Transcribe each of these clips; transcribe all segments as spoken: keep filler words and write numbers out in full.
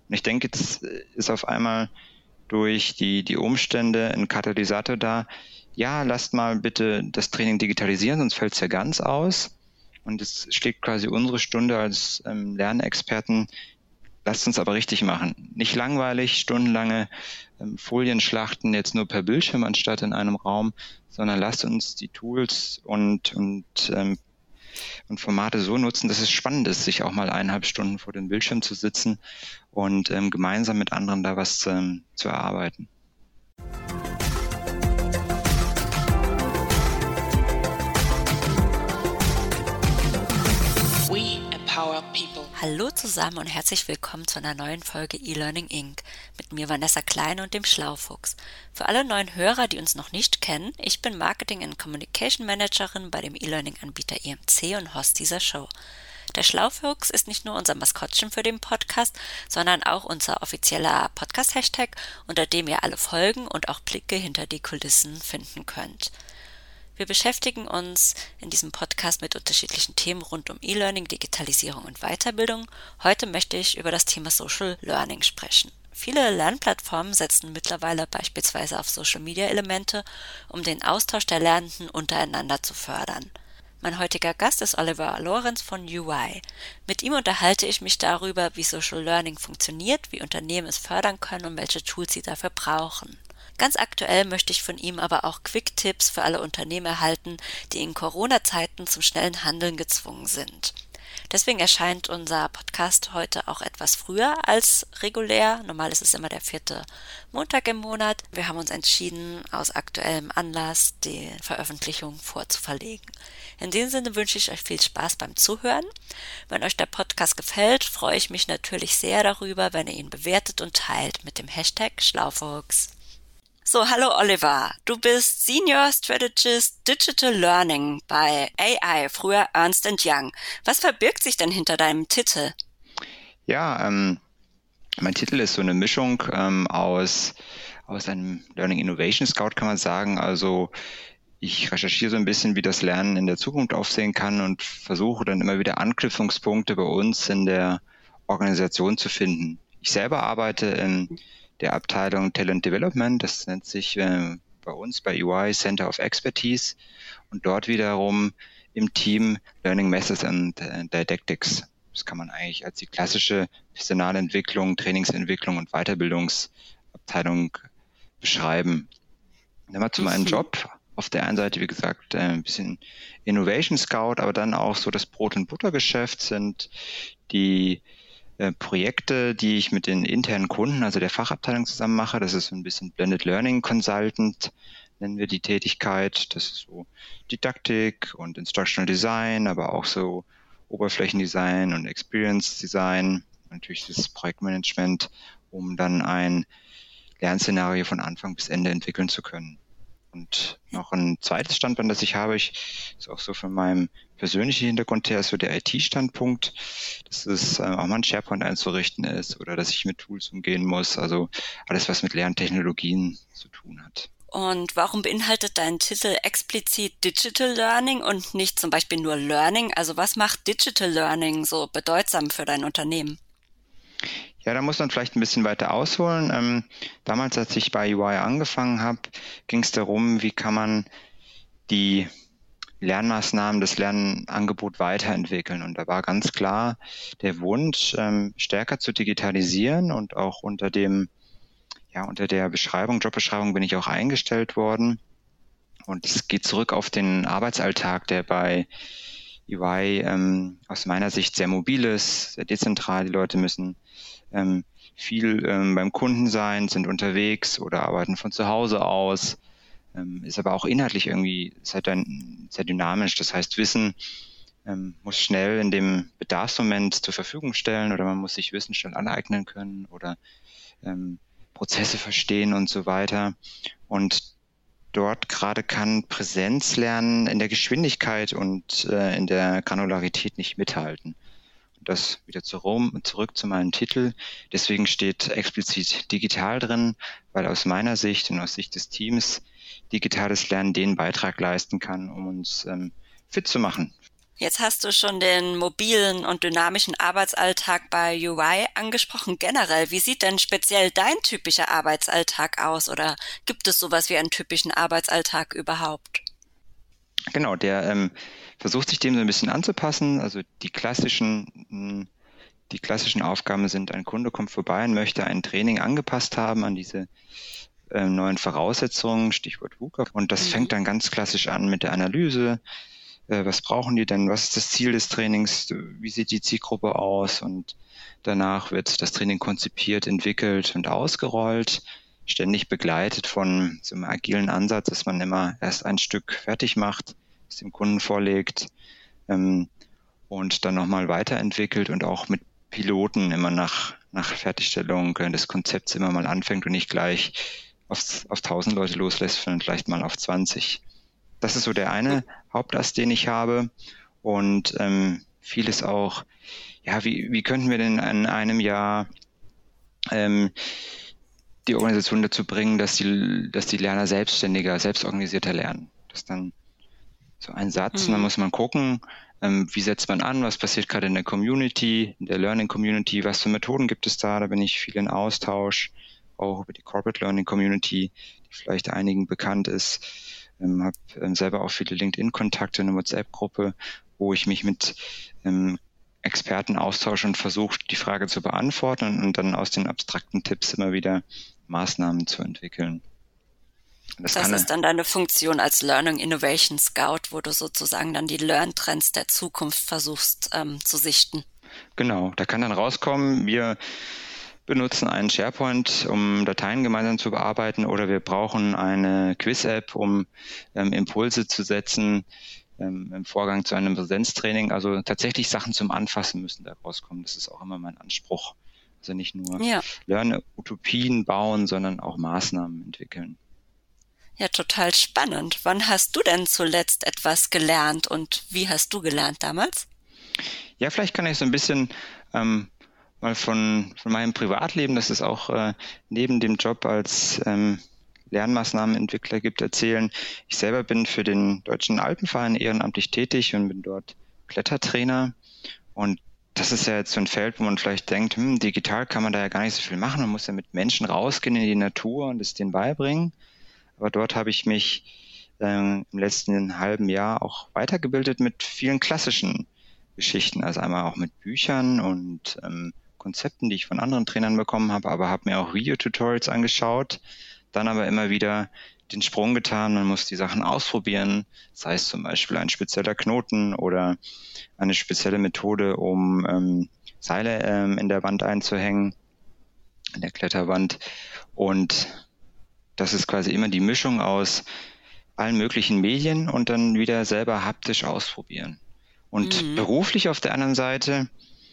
Und ich denke, jetzt ist auf einmal durch die, die Umstände ein Katalysator da. Ja, lasst mal bitte das Training digitalisieren, sonst fällt es ja ganz aus. Und es schlägt quasi unsere Stunde als ähm, Lernexperten. Lasst uns aber richtig machen. Nicht langweilig, stundenlange ähm, Folien schlachten, jetzt nur per Bildschirm anstatt in einem Raum, sondern lasst uns die Tools und, und, ähm, und Formate so nutzen, dass es spannend ist, sich auch mal eineinhalb Stunden vor dem Bildschirm zu sitzen und ähm, gemeinsam mit anderen da was ähm, zu erarbeiten. We empower people. Hallo zusammen und herzlich willkommen zu einer neuen Folge eLearning Incorporated mit mir Vanessa Klein und dem Schlaufuchs. Für alle neuen Hörer, die uns noch nicht kennen, ich bin Marketing and Communication Managerin bei dem E-Learning-Anbieter E M C und Host dieser Show. Der Schlaufuchs ist nicht nur unser Maskottchen für den Podcast, sondern auch unser offizieller Podcast-Hashtag, unter dem ihr alle Folgen und auch Blicke hinter die Kulissen finden könnt. Wir beschäftigen uns in diesem Podcast mit unterschiedlichen Themen rund um E-Learning, Digitalisierung und Weiterbildung. Heute möchte ich über das Thema Social Learning sprechen. Viele Lernplattformen setzen mittlerweile beispielsweise auf Social-Media-Elemente, um den Austausch der Lernenden untereinander zu fördern. Mein heutiger Gast ist Oliver Lorenz von U I. Mit ihm unterhalte ich mich darüber, wie Social Learning funktioniert, wie Unternehmen es fördern können und welche Tools sie dafür brauchen. Ganz aktuell möchte ich von ihm aber auch Quick-Tipps für alle Unternehmen erhalten, die in Corona-Zeiten zum schnellen Handeln gezwungen sind. Deswegen erscheint unser Podcast heute auch etwas früher als regulär. Normal ist es immer der vierte Montag im Monat. Wir haben uns entschieden, aus aktuellem Anlass die Veröffentlichung vorzuverlegen. In diesem Sinne wünsche ich euch viel Spaß beim Zuhören. Wenn euch der Podcast gefällt, freue ich mich natürlich sehr darüber, wenn ihr ihn bewertet und teilt mit dem Hashtag Schlaufuchs. So, hallo Oliver, du bist Senior Strategist Digital Learning bei A I, früher Ernst and Young. Was verbirgt sich denn hinter deinem Titel? Ja, ähm, mein Titel ist so eine Mischung ähm, aus, aus einem Learning Innovation Scout, kann man sagen. Also ich recherchiere so ein bisschen, wie das Lernen in der Zukunft aussehen kann und versuche dann immer wieder Anknüpfungspunkte bei uns in der Organisation zu finden. Ich selber arbeite in der Abteilung Talent Development, das nennt sich äh, bei uns bei U I Center of Expertise und dort wiederum im Team Learning Methods and äh, Didactics. Das kann man eigentlich als die klassische Personalentwicklung, Trainingsentwicklung und Weiterbildungsabteilung beschreiben. Dann mal zu meinem Job. Auf der einen Seite, wie gesagt, äh, ein bisschen Innovation Scout, aber dann auch so das Brot- und Buttergeschäft sind die Äh, Projekte, die ich mit den internen Kunden, also der Fachabteilung zusammen mache. Das ist so ein bisschen Blended Learning Consultant, nennen wir die Tätigkeit. Das ist so Didaktik und Instructional Design, aber auch so Oberflächendesign und Experience Design. Natürlich das Projektmanagement, um dann ein Lernszenario von Anfang bis Ende entwickeln zu können. Und noch ein zweites Standbein, das ich habe, ich, ist auch so von meinem persönlichen Hintergrund her, ist so der I T-Standpunkt, dass es äh, auch mal ein SharePoint einzurichten ist oder dass ich mit Tools umgehen muss, also alles, was mit Lerntechnologien zu tun hat. Und warum beinhaltet dein Titel explizit Digital Learning und nicht zum Beispiel nur Learning? Also was macht Digital Learning so bedeutsam für dein Unternehmen? Ja, da muss man vielleicht ein bisschen weiter ausholen. Ähm, damals, als ich bei U I angefangen habe, ging es darum, wie kann man die Lernmaßnahmen, das Lernangebot weiterentwickeln. Und da war ganz klar der Wunsch, ähm, stärker zu digitalisieren und auch unter dem, ja, unter der Beschreibung, Jobbeschreibung bin ich auch eingestellt worden. Und es geht zurück auf den Arbeitsalltag, der bei U I ähm, aus meiner Sicht sehr mobil ist, sehr dezentral. Die Leute müssen ähm, viel ähm, beim Kunden sein, sind unterwegs oder arbeiten von zu Hause aus, ähm, ist aber auch inhaltlich irgendwie sehr, sehr dynamisch. Das heißt, Wissen ähm, muss schnell in dem Bedarfsmoment zur Verfügung stellen oder man muss sich Wissen schnell aneignen können oder ähm, Prozesse verstehen und so weiter. Und dort gerade kann Präsenzlernen in der Geschwindigkeit und äh, in der Granularität nicht mithalten. Und das wieder zurück zu meinem Titel. Deswegen steht explizit digital drin, weil aus meiner Sicht und aus Sicht des Teams digitales Lernen den Beitrag leisten kann, um uns ähm, fit zu machen Jetzt hast du schon den mobilen und dynamischen Arbeitsalltag bei U I angesprochen. Generell, wie sieht denn speziell dein typischer Arbeitsalltag aus oder gibt es sowas wie einen typischen Arbeitsalltag überhaupt? Genau, der ähm, versucht sich dem so ein bisschen anzupassen. Also die klassischen, mh, die klassischen Aufgaben sind, ein Kunde kommt vorbei und möchte ein Training angepasst haben an diese äh, neuen Voraussetzungen, Stichwort VUCA. Und das Mhm. fängt dann ganz klassisch an mit der Analyse. Äh, was brauchen die denn? Was ist das Ziel des Trainings? Wie sieht die Zielgruppe aus? Und danach wird das Training konzipiert, entwickelt und ausgerollt, ständig begleitet von so einem agilen Ansatz, dass man immer erst ein Stück fertig macht, es dem Kunden vorlegt ähm, und dann nochmal weiterentwickelt und auch mit Piloten immer nach, nach Fertigstellung äh, des Konzepts immer mal anfängt und nicht gleich auf, auf tausend Leute loslässt, sondern vielleicht mal auf zwanzig. Das ist so der eine Hauptast, den ich habe. Und ähm, vieles auch, ja, wie, wie könnten wir denn in einem Jahr ähm, die Organisation dazu bringen, dass die, dass die Lerner selbstständiger, selbstorganisierter lernen. Das ist dann so ein Satz, mhm. und dann muss man gucken, ähm, wie setzt man an, was passiert gerade in der Community, in der Learning Community, was für Methoden gibt es da, da bin ich viel in Austausch, auch über die Corporate Learning Community, die vielleicht einigen bekannt ist. Ähm, habe ähm, selber auch viele LinkedIn-Kontakte, eine WhatsApp-Gruppe, wo ich mich mit ähm, Experten austausche und versuche, die Frage zu beantworten und, und dann aus den abstrakten Tipps immer wieder Maßnahmen zu entwickeln. Das, das ist dann deine Funktion als Learning Innovation Scout, wo du sozusagen dann die Lerntrends der Zukunft versuchst ähm, zu sichten. Genau, da kann dann rauskommen, wir benutzen einen SharePoint, um Dateien gemeinsam zu bearbeiten, oder wir brauchen eine Quiz-App, um ähm, Impulse zu setzen ähm, im Vorgang zu einem Präsenztraining. Also tatsächlich Sachen zum Anfassen müssen da rauskommen. Das ist auch immer mein Anspruch. Also nicht nur ja. Lern-Utopien bauen, sondern auch Maßnahmen entwickeln. Ja, total spannend. Wann hast du denn zuletzt etwas gelernt und wie hast du gelernt damals? Ja, vielleicht kann ich so ein bisschen ähm, mal von, von meinem Privatleben, das es auch äh, neben dem Job als ähm, Lernmaßnahmenentwickler gibt, erzählen. Ich selber bin für den Deutschen Alpenverein ehrenamtlich tätig und bin dort Klettertrainer. Und das ist ja jetzt so ein Feld, wo man vielleicht denkt, hm, digital kann man da ja gar nicht so viel machen. Man muss ja mit Menschen rausgehen in die Natur und es denen beibringen. Aber dort habe ich mich ähm, im letzten halben Jahr auch weitergebildet mit vielen klassischen Geschichten. Also einmal auch mit Büchern und ähm, Konzepten, die ich von anderen Trainern bekommen habe, aber habe mir auch Video-Tutorials angeschaut, dann aber immer wieder den Sprung getan. Man muss die Sachen ausprobieren, sei es zum Beispiel ein spezieller Knoten oder eine spezielle Methode, um ähm, Seile ähm, in der Wand einzuhängen, in der Kletterwand. Und das ist quasi immer die Mischung aus allen möglichen Medien und dann wieder selber haptisch ausprobieren. Und mhm. beruflich auf der anderen Seite,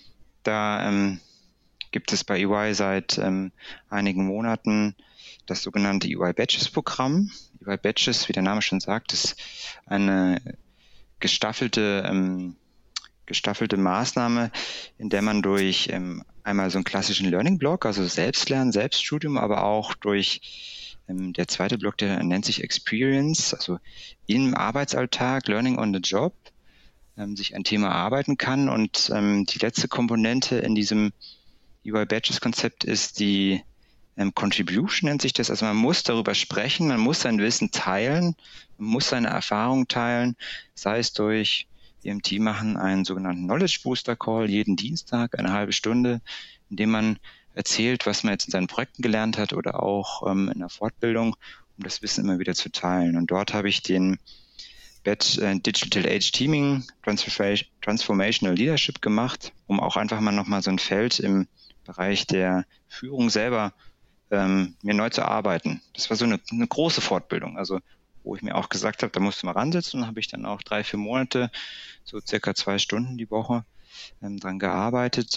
da ähm, gibt es bei E Y seit ähm, einigen Monaten das sogenannte E Y Badges Programm. E Y Badges, wie der Name schon sagt, ist eine gestaffelte, ähm, gestaffelte Maßnahme, in der man durch ähm, einmal so einen klassischen Learning Block, also Selbstlernen, Selbststudium, aber auch durch ähm, der zweite Block, der nennt sich Experience, also im Arbeitsalltag, Learning on the Job, ähm, sich ein Thema erarbeiten kann. Und ähm, die letzte Komponente in diesem E Y Badges Konzept ist die ähm, Contribution, nennt sich das. Also man muss darüber sprechen, man muss sein Wissen teilen, man muss seine Erfahrung teilen, sei es durch, wir im Team machen einen sogenannten Knowledge Booster Call jeden Dienstag, eine halbe Stunde, in dem man erzählt, was man jetzt in seinen Projekten gelernt hat oder auch ähm, in der Fortbildung, um das Wissen immer wieder zu teilen. Und dort habe ich den Badge äh, Digital Age Teaming Transformational Leadership gemacht, um auch einfach mal nochmal so ein Feld im Bereich der Führung selber ähm, mir neu zu erarbeiten. Das war so eine, eine große Fortbildung, also wo ich mir auch gesagt habe, da musst du mal ransitzen, und habe ich dann auch drei, vier Monate, so circa zwei Stunden die Woche ähm, dran gearbeitet.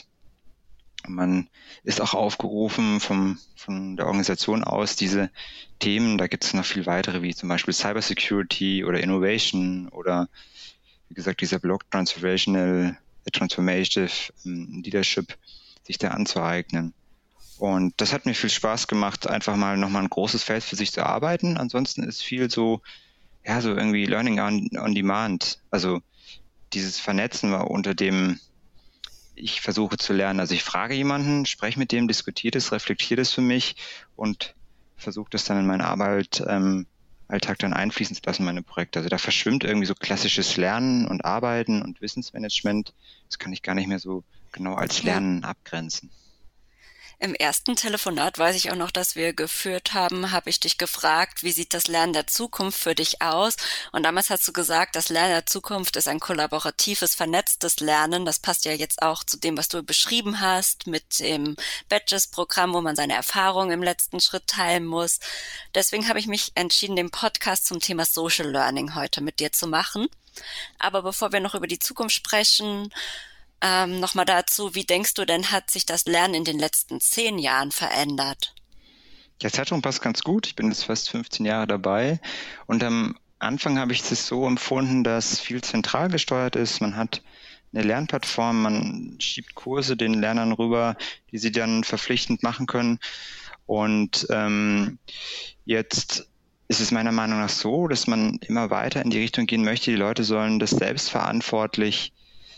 Man ist auch aufgerufen vom, von der Organisation aus, diese Themen, da gibt es noch viel weitere, wie zum Beispiel Cybersecurity oder Innovation oder wie gesagt dieser Block Transformational, Transformative ähm, Leadership, sich da anzueignen. Und das hat mir viel Spaß gemacht, einfach mal nochmal ein großes Feld für sich zu arbeiten. Ansonsten ist viel so, ja, so irgendwie Learning on, on Demand. Also dieses Vernetzen war unter dem, ich versuche zu lernen. Also ich frage jemanden, spreche mit dem, diskutiere es, reflektiere es für mich und versuche das dann in meinen Arbeit, ähm, Alltag dann einfließen zu lassen, meine Projekte. Also da verschwimmt irgendwie so klassisches Lernen und Arbeiten und Wissensmanagement. Das kann ich gar nicht mehr so genau als Lernen abgrenzen. Im ersten Telefonat weiß ich auch noch, dass wir geführt haben, habe ich dich gefragt, wie sieht das Lernen der Zukunft für dich aus? Und damals hast du gesagt, das Lernen der Zukunft ist ein kollaboratives, vernetztes Lernen. Das passt ja jetzt auch zu dem, was du beschrieben hast, mit dem Badges-Programm, wo man seine Erfahrungen im letzten Schritt teilen muss. Deswegen habe ich mich entschieden, den Podcast zum Thema Social Learning heute mit dir zu machen. Aber bevor wir noch über die Zukunft sprechen, Ähm, nochmal dazu, wie denkst du denn, hat sich das Lernen in den letzten zehn Jahren verändert? Ja, Zeitraum passt ganz gut. Ich bin jetzt fast fünfzehn Jahre dabei und am Anfang habe ich es so empfunden, dass viel zentral gesteuert ist. Man hat eine Lernplattform, man schiebt Kurse den Lernern rüber, die sie dann verpflichtend machen können. Und ähm, jetzt ist es meiner Meinung nach so, dass man immer weiter in die Richtung gehen möchte. Die Leute sollen das selbstverantwortlich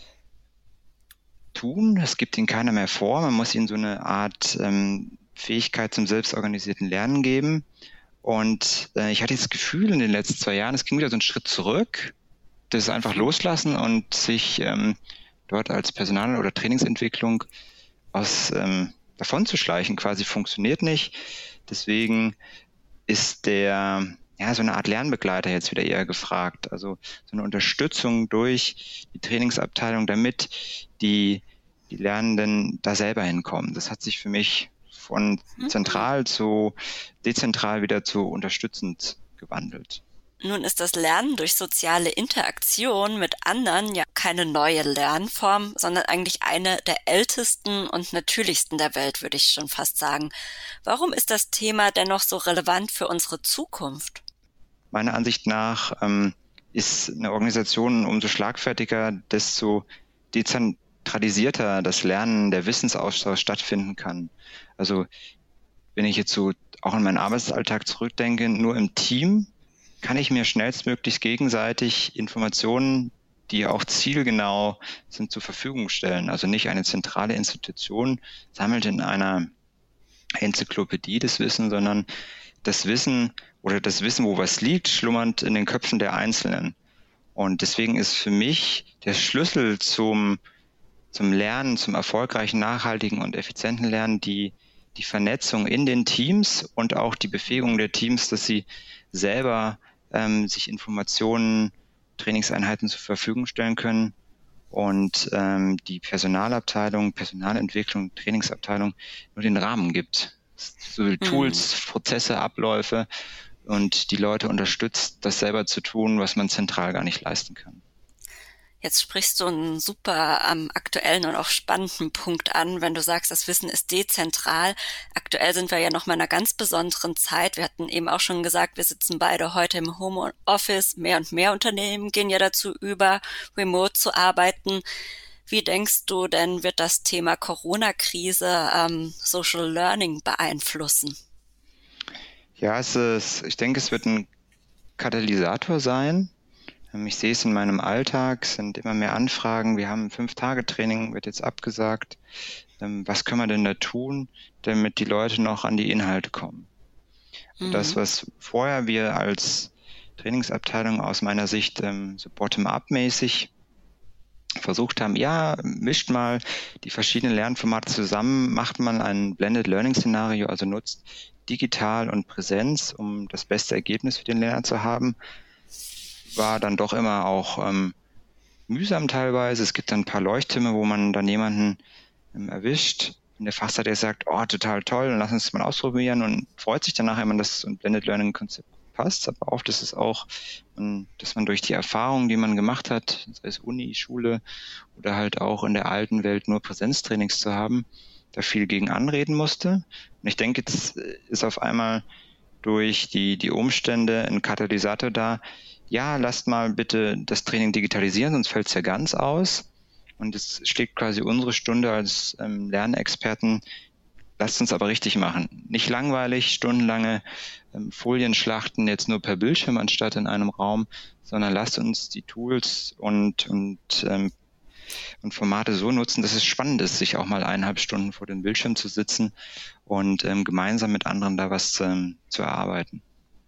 tun. Es gibt ihnen keiner mehr vor. Man muss ihnen so eine Art ähm, Fähigkeit zum selbstorganisierten Lernen geben. Und äh, ich hatte das Gefühl in den letzten zwei Jahren, es ging wieder so einen Schritt zurück, das einfach loslassen und sich ähm, dort als Personal- oder Trainingsentwicklung aus ähm, davon zu schleichen, quasi funktioniert nicht. Deswegen ist der ja, so eine Art Lernbegleiter jetzt wieder eher gefragt. Also so eine Unterstützung durch die Trainingsabteilung, damit die, die Lernenden da selber hinkommen. Das hat sich für mich von zentral zu dezentral wieder zu unterstützend gewandelt. Nun ist das Lernen durch soziale Interaktion mit anderen ja keine neue Lernform, sondern eigentlich eine der ältesten und natürlichsten der Welt, würde ich schon fast sagen. Warum ist das Thema dennoch so relevant für unsere Zukunft? Meiner Ansicht nach ähm, ist eine Organisation umso schlagfertiger, desto dezentralisierter das Lernen, der Wissensaustausch stattfinden kann. Also wenn ich jetzt so auch an meinen Arbeitsalltag zurückdenke, nur im Team kann ich mir schnellstmöglich gegenseitig Informationen, die auch zielgenau sind, zur Verfügung stellen. Also nicht eine zentrale Institution sammelt in einer Enzyklopädie das Wissen, sondern das Wissen oder das Wissen, wo was liegt, schlummert in den Köpfen der Einzelnen. Und deswegen ist für mich der Schlüssel zum, zum Lernen, zum erfolgreichen, nachhaltigen und effizienten Lernen die, die Vernetzung in den Teams und auch die Befähigung der Teams, dass sie selber ähm, sich Informationen, Trainingseinheiten zur Verfügung stellen können und ähm, die Personalabteilung, Personalentwicklung, Trainingsabteilung nur den Rahmen gibt. So Tools, mhm. Prozesse, Abläufe und die Leute unterstützt, das selber zu tun, was man zentral gar nicht leisten kann. Jetzt sprichst du einen super ähm, aktuellen und auch spannenden Punkt an, wenn du sagst, das Wissen ist dezentral. Aktuell sind wir ja noch mal in einer ganz besonderen Zeit. Wir hatten eben auch schon gesagt, wir sitzen beide heute im Homeoffice. Mehr und mehr Unternehmen gehen ja dazu über, remote zu arbeiten. Wie denkst du denn, wird das Thema Corona-Krise ähm, Social Learning beeinflussen? Ja, es ist, ich denke, es wird ein Katalysator sein. Ich sehe es in meinem Alltag, es sind immer mehr Anfragen. Wir haben ein Fünf-Tage-Training, wird jetzt abgesagt. Was können wir denn da tun, damit die Leute noch an die Inhalte kommen? Mhm. Das, was vorher wir als Trainingsabteilung aus meiner Sicht so bottom-up-mäßig versucht haben, ja, mischt mal die verschiedenen Lernformate zusammen, macht mal ein Blended Learning Szenario, also nutzt digital und Präsenz, um das beste Ergebnis für den Lerner zu haben, war dann doch immer auch ähm, mühsam teilweise. Es gibt dann ein paar Leuchttürme, wo man dann jemanden ähm, erwischt, in der Fachseite sagt, oh, total toll, lass uns das mal ausprobieren und freut sich danach, wenn man das so ein Blended Learning Konzept passt, aber oft ist es auch, dass man durch die Erfahrungen, die man gemacht hat, sei es Uni, Schule oder halt auch in der alten Welt nur Präsenztrainings zu haben, da viel gegen anreden musste. Und ich denke, jetzt ist auf einmal durch die, die Umstände ein Katalysator da, ja, lasst mal bitte das Training digitalisieren, sonst fällt es ja ganz aus. Und es schlägt quasi unsere Stunde als ähm, Lernexperten, lasst uns aber richtig machen. Nicht langweilig, stundenlange ähm, Folien schlachten, jetzt nur per Bildschirm anstatt in einem Raum, sondern lasst uns die Tools und, und, ähm, und Formate so nutzen, dass es spannend ist, sich auch mal eineinhalb Stunden vor dem Bildschirm zu sitzen und ähm, gemeinsam mit anderen da was ähm, zu erarbeiten.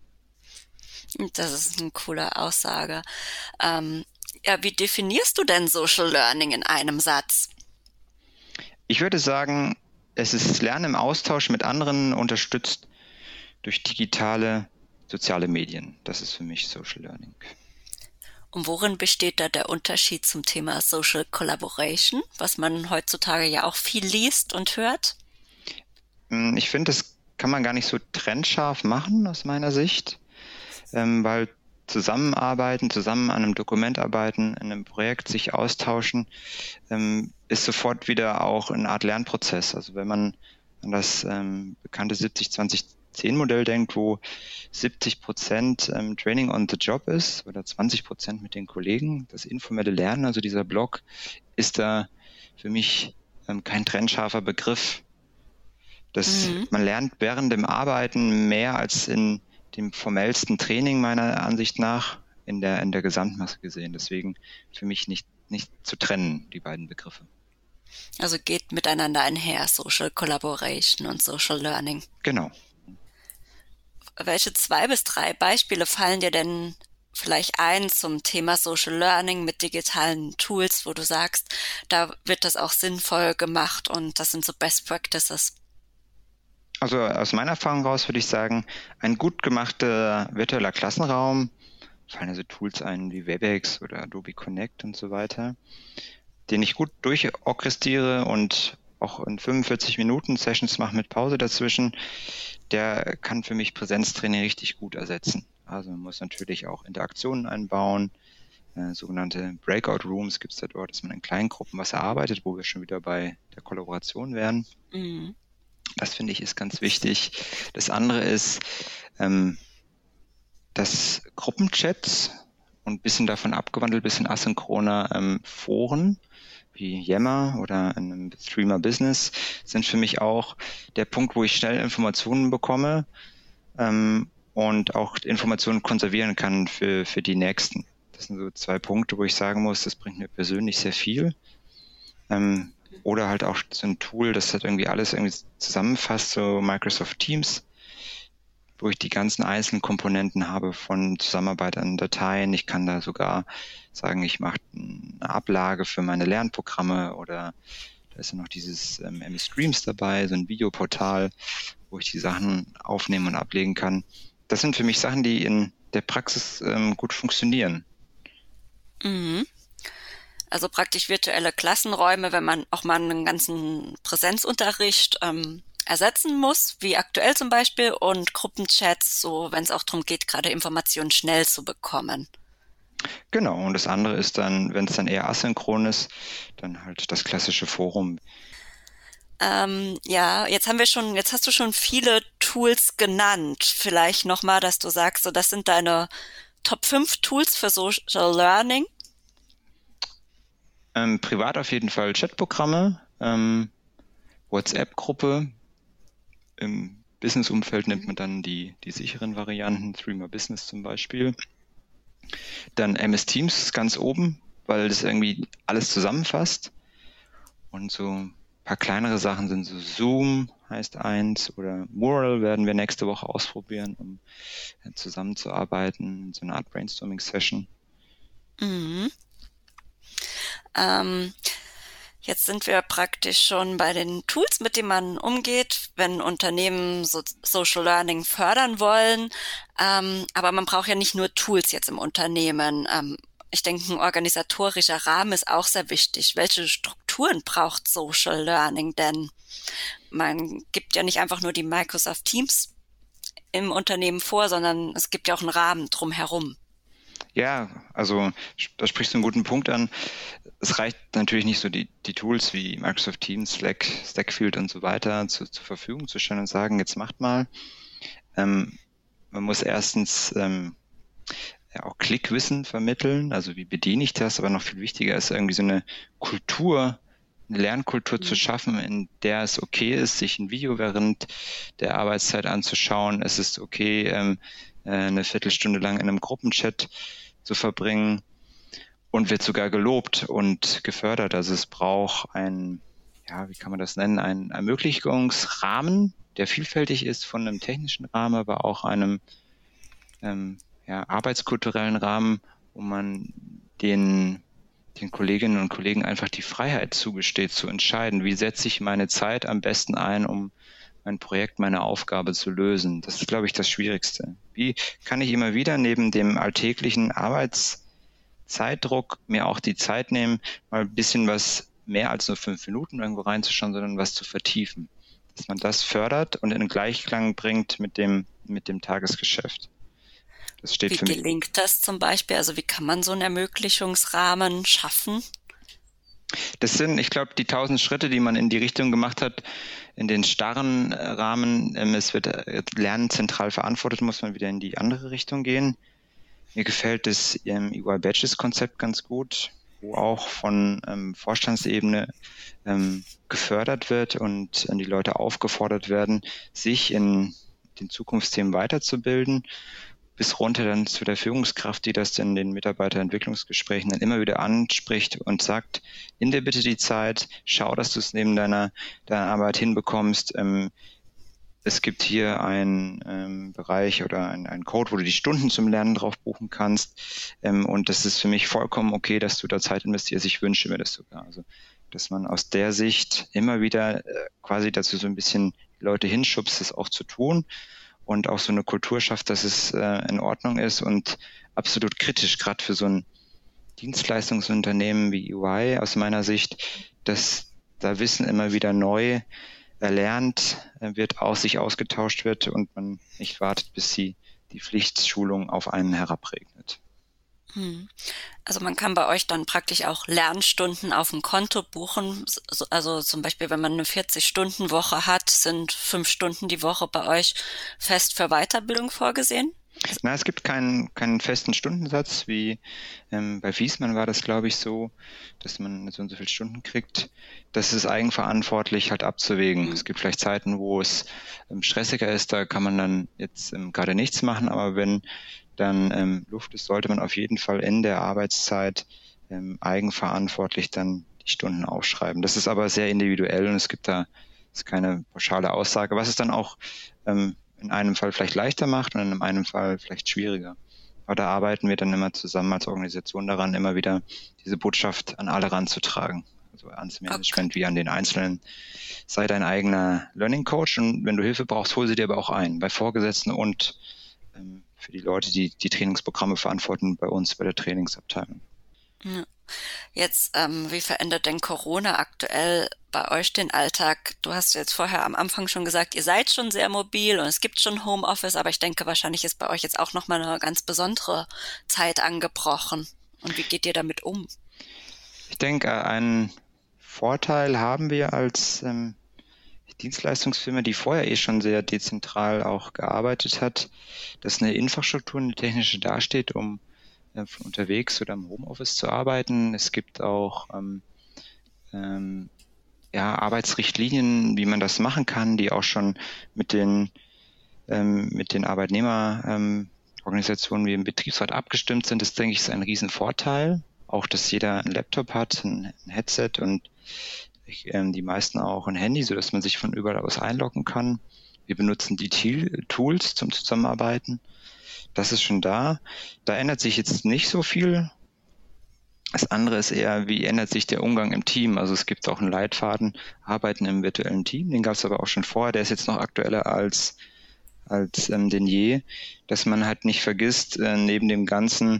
Das ist eine coole Aussage. Ähm, ja, wie definierst du denn Social Learning in einem Satz? Ich würde sagen, es ist Lernen im Austausch mit anderen, unterstützt durch digitale, soziale Medien. Das ist für mich Social Learning. Und worin besteht da der Unterschied zum Thema Social Collaboration, was man heutzutage ja auch viel liest und hört? Ich finde, das kann man gar nicht so trennscharf machen aus meiner Sicht, weil zusammenarbeiten, zusammen an einem Dokument arbeiten, in einem Projekt sich austauschen, ist sofort wieder auch eine Art Lernprozess. Also wenn man an das ähm, bekannte siebzig zwanzig zehn Modell denkt, wo siebzig Prozent ähm, Training on the Job ist oder zwanzig Prozent mit den Kollegen, das informelle Lernen, also dieser Block, ist da für mich ähm, kein trennscharfer Begriff. Das, mhm. Man lernt während dem Arbeiten mehr als in dem formellsten Training meiner Ansicht nach in der, in der Gesamtmasse gesehen. Deswegen für mich nicht, nicht zu trennen, die beiden Begriffe. Also geht miteinander einher, Social Collaboration und Social Learning. Genau. Welche zwei bis drei Beispiele fallen dir denn vielleicht ein zum Thema Social Learning mit digitalen Tools, wo du sagst, da wird das auch sinnvoll gemacht und das sind so Best Practices? Also aus meiner Erfahrung raus würde ich sagen, ein gut gemachter virtueller Klassenraum, fallen also Tools ein wie Webex oder Adobe Connect und so weiter, den ich gut durchorchestriere und auch in fünfundvierzig Minuten Sessions mache mit Pause dazwischen, der kann für mich Präsenztraining richtig gut ersetzen. Also man muss natürlich auch Interaktionen einbauen, äh, sogenannte Breakout Rooms gibt es da dort, dass man in kleinen Gruppen was erarbeitet, wo wir schon wieder bei der Kollaboration wären. Mhm. Das finde ich ist ganz wichtig. Das andere ist, ähm, dass Gruppenchats und ein bisschen davon abgewandelt, ein bisschen asynchroner ähm, Foren wie Yammer oder in einem Streamer Business sind für mich auch der Punkt, wo ich schnell Informationen bekomme ähm, und auch Informationen konservieren kann für, für die Nächsten. Das sind so zwei Punkte, wo ich sagen muss, das bringt mir persönlich sehr viel. Ähm, oder halt auch so ein Tool, das halt irgendwie alles irgendwie zusammenfasst, so Microsoft Teams, wo ich die ganzen einzelnen Komponenten habe von Zusammenarbeit an Dateien. Ich kann da sogar sagen, ich mache eine Ablage für meine Lernprogramme oder da ist ja noch dieses ähm, M S Streams dabei, so ein Videoportal, wo ich die Sachen aufnehmen und ablegen kann. Das sind für mich Sachen, die in der Praxis ähm, gut funktionieren. Mhm. Also praktisch virtuelle Klassenräume, wenn man auch mal einen ganzen Präsenzunterricht ähm, ersetzen muss, wie aktuell zum Beispiel, und Gruppenchats, so wenn es auch darum geht, gerade Informationen schnell zu bekommen. Genau, und das andere ist dann, wenn es dann eher asynchron ist, dann halt das klassische Forum. Ähm, ja, jetzt haben wir schon, jetzt hast du schon viele Tools genannt. Vielleicht nochmal, dass du sagst, so das sind deine Top fünf Tools für Social Learning. Ähm, privat auf jeden Fall Chatprogramme, ähm, WhatsApp-Gruppe. Im Business-Umfeld nennt man dann die, die sicheren Varianten, Streamer Business zum Beispiel. Dann M S Teams ganz oben, weil das irgendwie alles zusammenfasst. Und so ein paar kleinere Sachen sind so Zoom heißt eins oder Mural werden wir nächste Woche ausprobieren, um zusammenzuarbeiten, so eine Art Brainstorming-Session. Mhm. Ähm, jetzt sind wir praktisch schon bei den Tools, mit denen man umgeht, wenn Unternehmen so Social Learning fördern wollen. Ähm, aber man braucht ja nicht nur Tools jetzt im Unternehmen. Ähm, ich denke, ein organisatorischer Rahmen ist auch sehr wichtig. Welche Strukturen braucht Social Learning denn? Man gibt ja nicht einfach nur die Microsoft Teams im Unternehmen vor, sondern es gibt ja auch einen Rahmen drumherum. Ja, also da sprichst du einen guten Punkt an. Es reicht natürlich nicht so, die, die Tools wie Microsoft Teams, Slack, Stackfield und so weiter zu, zur Verfügung zu stellen und sagen, jetzt macht mal. Ähm, man muss erstens ähm, ja, auch Klickwissen vermitteln, also wie bediene ich das, aber noch viel wichtiger ist irgendwie so eine Kultur eine Lernkultur Mhm. zu schaffen, in der es okay ist, sich ein Video während der Arbeitszeit anzuschauen. Es ist okay, ähm, äh, eine Viertelstunde lang in einem Gruppenchat zu verbringen und wird sogar gelobt und gefördert. Also es braucht ein, ja, wie kann man das nennen, einen Ermöglichungsrahmen, der vielfältig ist von einem technischen Rahmen, aber auch einem ähm, ja, arbeitskulturellen Rahmen, wo man den den Kolleginnen und Kollegen einfach die Freiheit zugesteht, zu entscheiden, wie setze ich meine Zeit am besten ein, um mein Projekt, meine Aufgabe zu lösen. Das ist, glaube ich, das Schwierigste. Wie kann ich immer wieder neben dem alltäglichen Arbeitszeitdruck mir auch die Zeit nehmen, mal ein bisschen was mehr als nur fünf Minuten irgendwo reinzuschauen, sondern was zu vertiefen. Dass man das fördert und in Gleichklang bringt mit dem, mit dem Tagesgeschäft. Das steht Wie für mich. gelingt das zum Beispiel? Also wie kann man so einen Ermöglichungsrahmen schaffen? Das sind, ich glaube, die tausend Schritte, die man in die Richtung gemacht hat, in den starren äh, Rahmen. Ähm, es wird äh, Lernen zentral verantwortet, muss man wieder in die andere Richtung gehen. Mir gefällt das ähm, E Y-Badges-Konzept ganz gut, wo auch von ähm, Vorstandsebene ähm, gefördert wird und äh, die Leute aufgefordert werden, sich in den Zukunftsthemen weiterzubilden, bis runter dann zu der Führungskraft, die das in den Mitarbeiterentwicklungsgesprächen dann immer wieder anspricht und sagt, nimm dir bitte die Zeit, schau, dass du es neben deiner, deiner Arbeit hinbekommst. Ähm, es gibt hier einen ähm, Bereich oder einen, einen Code, wo du die Stunden zum Lernen drauf buchen kannst. Ähm, und das ist für mich vollkommen okay, dass du da Zeit investierst. Ich wünsche mir das sogar. Also, dass man aus der Sicht immer wieder äh, quasi dazu so ein bisschen Leute hinschubst, das auch zu tun. Und auch so eine Kultur schafft, dass es äh, in Ordnung ist und absolut kritisch, gerade für so ein Dienstleistungsunternehmen wie E Y aus meiner Sicht, dass da Wissen immer wieder neu erlernt äh, wird, aus sich ausgetauscht wird und man nicht wartet, bis sie die Pflichtschulung auf einen herabregnet. Hm. Also man kann bei euch dann praktisch auch Lernstunden auf dem Konto buchen. So- Also zum Beispiel, wenn man eine vierzig-Stunden-Woche hat, sind fünf Stunden die Woche bei euch fest für Weiterbildung vorgesehen? Na, es gibt keinen, keinen festen Stundensatz, wie ähm, bei Wiesmann war das, glaube ich, so, dass man so und so viele Stunden kriegt. Das ist eigenverantwortlich halt abzuwägen. Mhm. Es gibt vielleicht Zeiten, wo es ähm, stressiger ist, da kann man dann jetzt ähm, gerade nichts machen, aber wenn dann ähm, Luft ist, sollte man auf jeden Fall in der Arbeitszeit ähm, eigenverantwortlich dann die Stunden aufschreiben. Das ist aber sehr individuell und es gibt da ist keine pauschale Aussage, was es dann auch ähm, in einem Fall vielleicht leichter macht und in einem Fall vielleicht schwieriger. Aber da arbeiten wir dann immer zusammen als Organisation daran, immer wieder diese Botschaft an alle ranzutragen. Also ans Management Okay. wie an den Einzelnen. Sei dein eigener Learning Coach und wenn du Hilfe brauchst, hol sie dir aber auch ein. Bei Vorgesetzten und ähm, für die Leute, die die Trainingsprogramme verantworten, bei uns bei der Trainingsabteilung. Ja. Jetzt, ähm, wie verändert denn Corona aktuell bei euch den Alltag? Du hast jetzt vorher am Anfang schon gesagt, ihr seid schon sehr mobil und es gibt schon Homeoffice, aber ich denke, wahrscheinlich ist bei euch jetzt auch nochmal eine ganz besondere Zeit angebrochen. Und wie geht ihr damit um? Ich denke, einen Vorteil haben wir als ähm, Dienstleistungsfirma, die vorher eh schon sehr dezentral auch gearbeitet hat, dass eine Infrastruktur, eine technische dasteht, um äh, von unterwegs oder im Homeoffice zu arbeiten. Es gibt auch ähm, ähm, ja, Arbeitsrichtlinien, wie man das machen kann, die auch schon mit den ähm, mit den Arbeitnehmerorganisationen ähm, wie im Betriebsrat abgestimmt sind. Das, denke ich, ist ein Riesenvorteil. Auch, dass jeder ein Laptop hat, ein, ein Headset und ich, ähm, die meisten auch ein Handy, sodass man sich von überall aus einloggen kann. Wir benutzen die T- Tools zum Zusammenarbeiten. Das ist schon da. Da ändert sich jetzt nicht so viel. Das andere ist eher, wie ändert sich der Umgang im Team? Also es gibt auch einen Leitfaden, Arbeiten im virtuellen Team, den gab es aber auch schon vorher, der ist jetzt noch aktueller als, als ähm, denn je, dass man halt nicht vergisst, äh, neben dem ganzen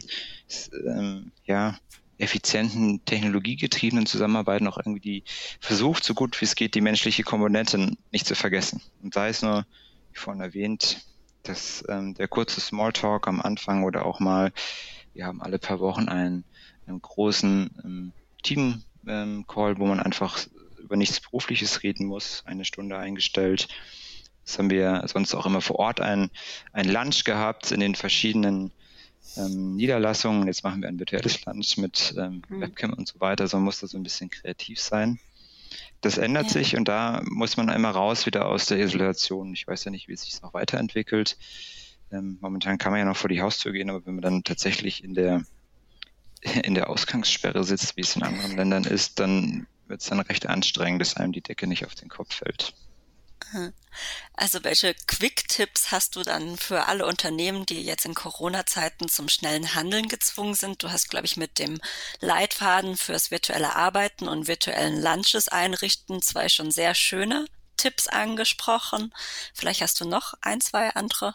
ähm, ja, effizienten, technologiegetriebenen Zusammenarbeiten auch irgendwie die versucht, so gut wie es geht, die menschliche Komponente nicht zu vergessen. Und sei es nur, wie vorhin erwähnt, dass ähm, der kurze Smalltalk am Anfang oder auch mal, wir haben alle paar Wochen einen einem großen ähm, Team-Call, ähm, wo man einfach über nichts Berufliches reden muss, eine Stunde eingestellt. Das haben wir sonst auch immer vor Ort ein, ein Lunch gehabt in den verschiedenen ähm, Niederlassungen. Jetzt machen wir ein virtuelles Lunch mit ähm, Hm. Webcam und so weiter. So muss da so ein bisschen kreativ sein. Das ändert Ja. sich und da muss man immer raus wieder aus der Isolation. Ich weiß ja nicht, wie es sich noch weiterentwickelt. Ähm, momentan kann man ja noch vor die Haustür gehen, aber wenn man dann tatsächlich in der in der Ausgangssperre sitzt, wie es in anderen Ländern ist, dann wird es dann recht anstrengend, dass einem die Decke nicht auf den Kopf fällt. Also welche Quick-Tipps hast du dann für alle Unternehmen, die jetzt in Corona-Zeiten zum schnellen Handeln gezwungen sind? Du hast, glaube ich, mit dem Leitfaden fürs virtuelle Arbeiten und virtuellen Lunches einrichten zwei schon sehr schöne Tipps angesprochen. Vielleicht hast du noch ein, zwei andere?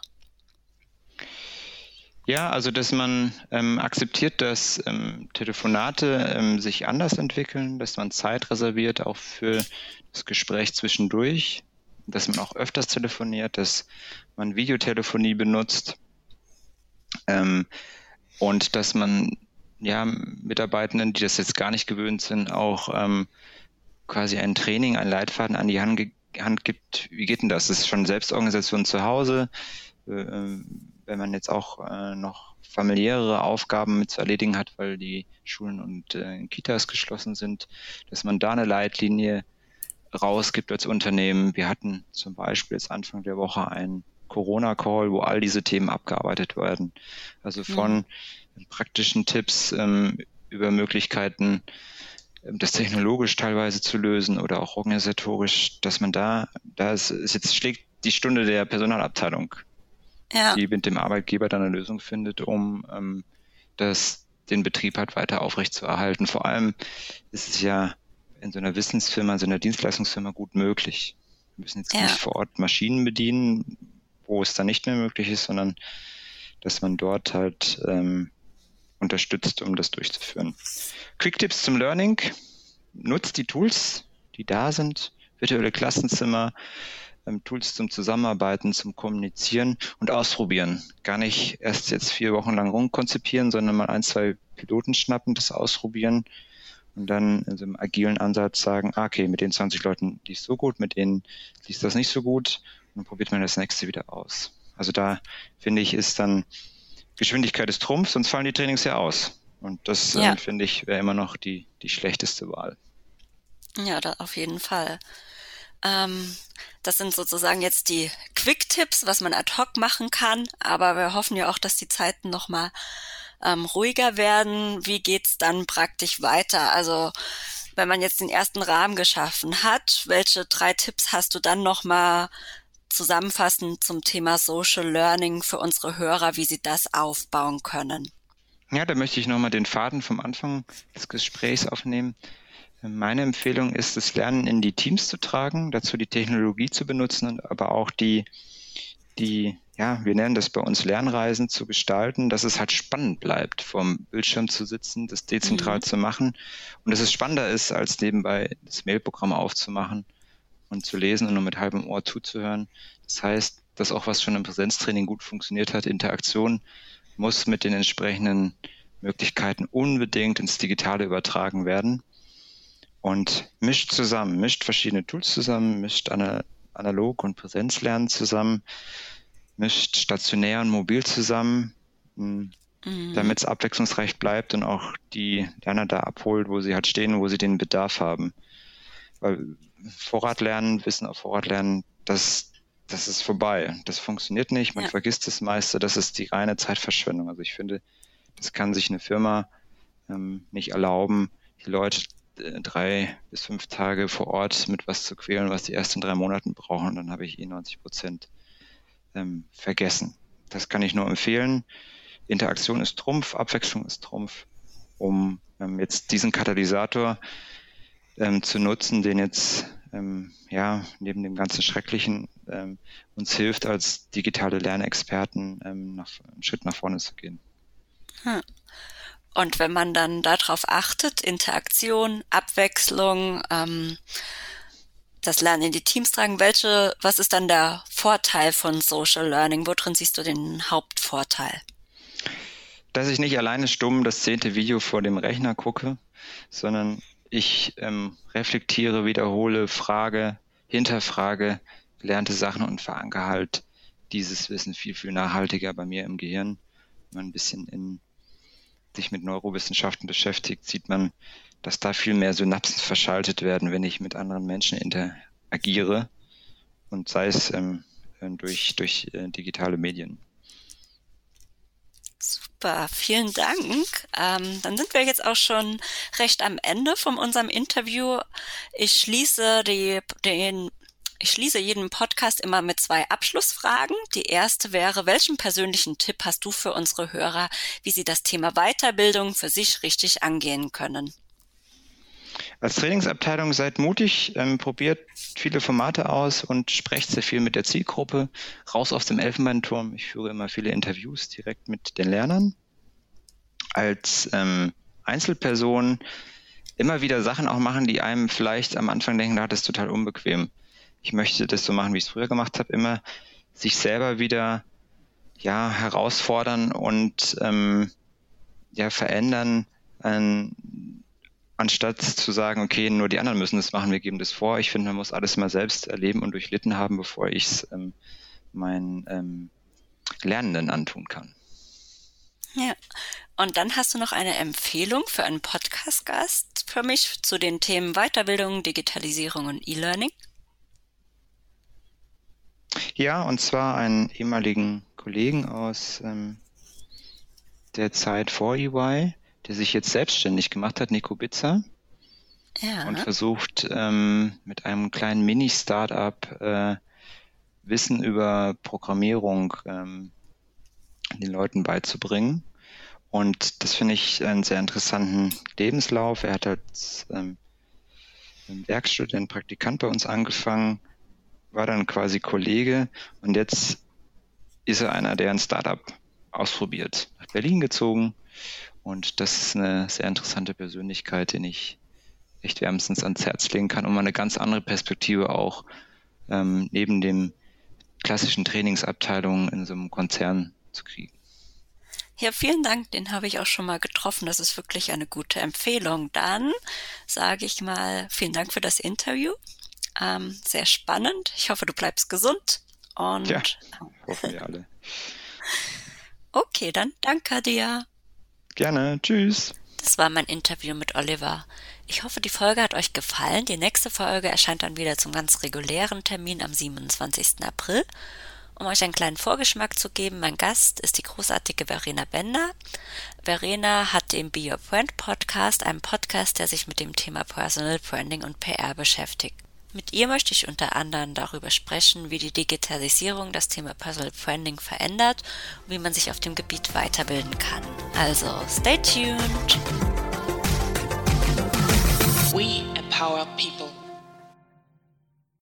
Ja, also dass man ähm, akzeptiert, dass ähm, Telefonate ähm, sich anders entwickeln, dass man Zeit reserviert auch für das Gespräch zwischendurch, dass man auch öfters telefoniert, dass man Videotelefonie benutzt ähm, und dass man ja Mitarbeitenden, die das jetzt gar nicht gewöhnt sind, auch ähm, quasi ein Training, ein Leitfaden an die Hand, ge- Hand gibt. Wie geht denn das? Das ist schon Selbstorganisation zu Hause. Äh, wenn man jetzt auch äh, noch familiäre Aufgaben mit zu erledigen hat, weil die Schulen und äh, Kitas geschlossen sind, dass man da eine Leitlinie rausgibt als Unternehmen. Wir hatten zum Beispiel jetzt Anfang der Woche einen Corona-Call, wo all diese Themen abgearbeitet werden. Also von mhm. praktischen Tipps ähm, über Möglichkeiten, das technologisch teilweise zu lösen oder auch organisatorisch, dass man da, da ist, ist jetzt schlägt die Stunde der Personalabteilung, ja. die mit dem Arbeitgeber dann eine Lösung findet, um ähm, das, den Betrieb halt weiter aufrechtzuerhalten. Vor allem ist es ja in so einer Wissensfirma, in so einer Dienstleistungsfirma gut möglich. Wir müssen jetzt ja. nicht vor Ort Maschinen bedienen, wo es dann nicht mehr möglich ist, sondern dass man dort halt ähm, unterstützt, um das durchzuführen. Quick-Tipps zum Learning. Nutzt die Tools, die da sind, virtuelle Klassenzimmer, ähm, Tools zum Zusammenarbeiten, zum Kommunizieren und ausprobieren. Gar nicht erst jetzt vier Wochen lang rumkonzipieren, sondern mal ein, zwei Piloten schnappen, das ausprobieren und dann in so einem agilen Ansatz sagen, ah, okay, mit den zwanzig Leuten lief es so gut, mit denen lief das nicht so gut und dann probiert man das nächste wieder aus. Also da, finde ich, ist dann Geschwindigkeit ist Trumpf, sonst fallen die Trainings ja aus. Und das, ja. ähm, finde ich, wäre immer noch die, die schlechteste Wahl. Ja, da auf jeden Fall. Ähm, das sind sozusagen jetzt die Quick-Tipps, was man ad hoc machen kann. Aber wir hoffen ja auch, dass die Zeiten nochmal ähm, ruhiger werden. Wie geht's dann praktisch weiter? Also wenn man jetzt den ersten Rahmen geschaffen hat, welche drei Tipps hast du dann nochmal zusammenfassend zum Thema Social Learning für unsere Hörer, wie sie das aufbauen können? Ja, da möchte ich nochmal den Faden vom Anfang des Gesprächs aufnehmen. Meine Empfehlung ist, das Lernen in die Teams zu tragen, dazu die Technologie zu benutzen und aber auch die, die, ja, wir nennen das bei uns Lernreisen zu gestalten, dass es halt spannend bleibt, vorm Bildschirm zu sitzen, das dezentral mhm. zu machen und dass es spannender ist, als nebenbei das Mailprogramm aufzumachen und zu lesen und nur mit halbem Ohr zuzuhören. Das heißt, dass auch was schon im Präsenztraining gut funktioniert hat, Interaktion muss mit den entsprechenden Möglichkeiten unbedingt ins Digitale übertragen werden und mischt zusammen, mischt verschiedene Tools zusammen, mischt Analog- und Präsenzlernen zusammen, mischt stationär und mobil zusammen, mhm. damit es abwechslungsreich bleibt und auch die Lerner da abholt, wo sie halt stehen, wo sie den Bedarf haben. Weil Vorratlernen, Wissen auf Vorratlernen, das, das ist vorbei. Das funktioniert nicht, man ja. vergisst das meiste, das ist die reine Zeitverschwendung. Also ich finde, das kann sich eine Firma ähm, nicht erlauben, die Leute äh, drei bis fünf Tage vor Ort mit was zu quälen, was die erst in drei Monaten brauchen. Und dann habe ich eh neunzig Prozent ähm, vergessen. Das kann ich nur empfehlen. Interaktion ist Trumpf, Abwechslung ist Trumpf, um ähm, jetzt diesen Katalysator ähm, zu nutzen, den jetzt ähm, ja neben dem ganzen Schrecklichen ähm, uns hilft, als digitale Lernexperten ähm, nach, einen Schritt nach vorne zu gehen. Hm. Und wenn man dann darauf achtet, Interaktion, Abwechslung, ähm, das Lernen in die Teams tragen, welche, was ist dann der Vorteil von Social Learning? Worin siehst du den Hauptvorteil? Dass ich nicht alleine stumm das zehnte Video vor dem Rechner gucke, sondern ich ähm, reflektiere, wiederhole, frage, hinterfrage, lernte Sachen und verankere halt dieses Wissen viel, viel nachhaltiger bei mir im Gehirn. Wenn man ein bisschen in sich mit Neurowissenschaften beschäftigt, sieht man, dass da viel mehr Synapsen verschaltet werden, wenn ich mit anderen Menschen interagiere und sei es ähm, durch, durch äh, digitale Medien. Super, vielen Dank. Ähm, dann sind wir jetzt auch schon recht am Ende von unserem Interview. Ich schließe die, den Ich schließe jeden Podcast immer mit zwei Abschlussfragen. Die erste wäre, welchen persönlichen Tipp hast du für unsere Hörer, wie sie das Thema Weiterbildung für sich richtig angehen können? Als Trainingsabteilung seid mutig, ähm, probiert viele Formate aus und sprecht sehr viel mit der Zielgruppe. Raus aus dem Elfenbeinturm. Ich führe immer viele Interviews direkt mit den Lernern. Als ähm, Einzelperson immer wieder Sachen auch machen, die einem vielleicht am Anfang denken, ah, das ist total unbequem. Ich möchte das so machen, wie ich es früher gemacht habe, immer sich selber wieder ja herausfordern und ähm, ja verändern, ähm, anstatt zu sagen, okay, nur die anderen müssen das machen, wir geben das vor. Ich finde, man muss alles mal selbst erleben und durchlitten haben, bevor ich es ähm, meinen ähm, Lernenden antun kann. Ja, und dann hast du noch eine Empfehlung für einen Podcast-Gast für mich zu den Themen Weiterbildung, Digitalisierung und E-Learning? Ja, und zwar einen ehemaligen Kollegen aus ähm, der Zeit vor E Y, der sich jetzt selbstständig gemacht hat, Nico Bitzer, Ja. und versucht ähm, mit einem kleinen Mini-Startup äh, Wissen über Programmierung ähm, den Leuten beizubringen. Und das finde ich einen sehr interessanten Lebenslauf. Er hat als ähm, Werkstudent, Praktikant bei uns angefangen, war dann quasi Kollege und jetzt ist er einer, der ein Startup ausprobiert, nach Berlin gezogen. Und das ist eine sehr interessante Persönlichkeit, den ich echt wärmstens ans Herz legen kann, um mal eine ganz andere Perspektive auch ähm, neben dem klassischen Trainingsabteilung in so einem Konzern zu kriegen. Ja, vielen Dank, den habe ich auch schon mal getroffen. Das ist wirklich eine gute Empfehlung. Dann sage ich mal vielen Dank für das Interview. Ähm, sehr spannend. Ich hoffe, du bleibst gesund. Und Ja, hoffen wir alle. Okay, dann danke dir. Gerne. Tschüss. Das war mein Interview mit Oliver. Ich hoffe, die Folge hat euch gefallen. Die nächste Folge erscheint dann wieder zum ganz regulären Termin am siebenundzwanzigsten April. Um euch einen kleinen Vorgeschmack zu geben, mein Gast ist die großartige Verena Bender. Verena hat den Be Your Brand Podcast, einen Podcast, der sich mit dem Thema Personal Branding und P R beschäftigt. Mit ihr möchte ich unter anderem darüber sprechen, wie die Digitalisierung das Thema Personal Branding verändert und wie man sich auf dem Gebiet weiterbilden kann. Also, stay tuned! We empower people.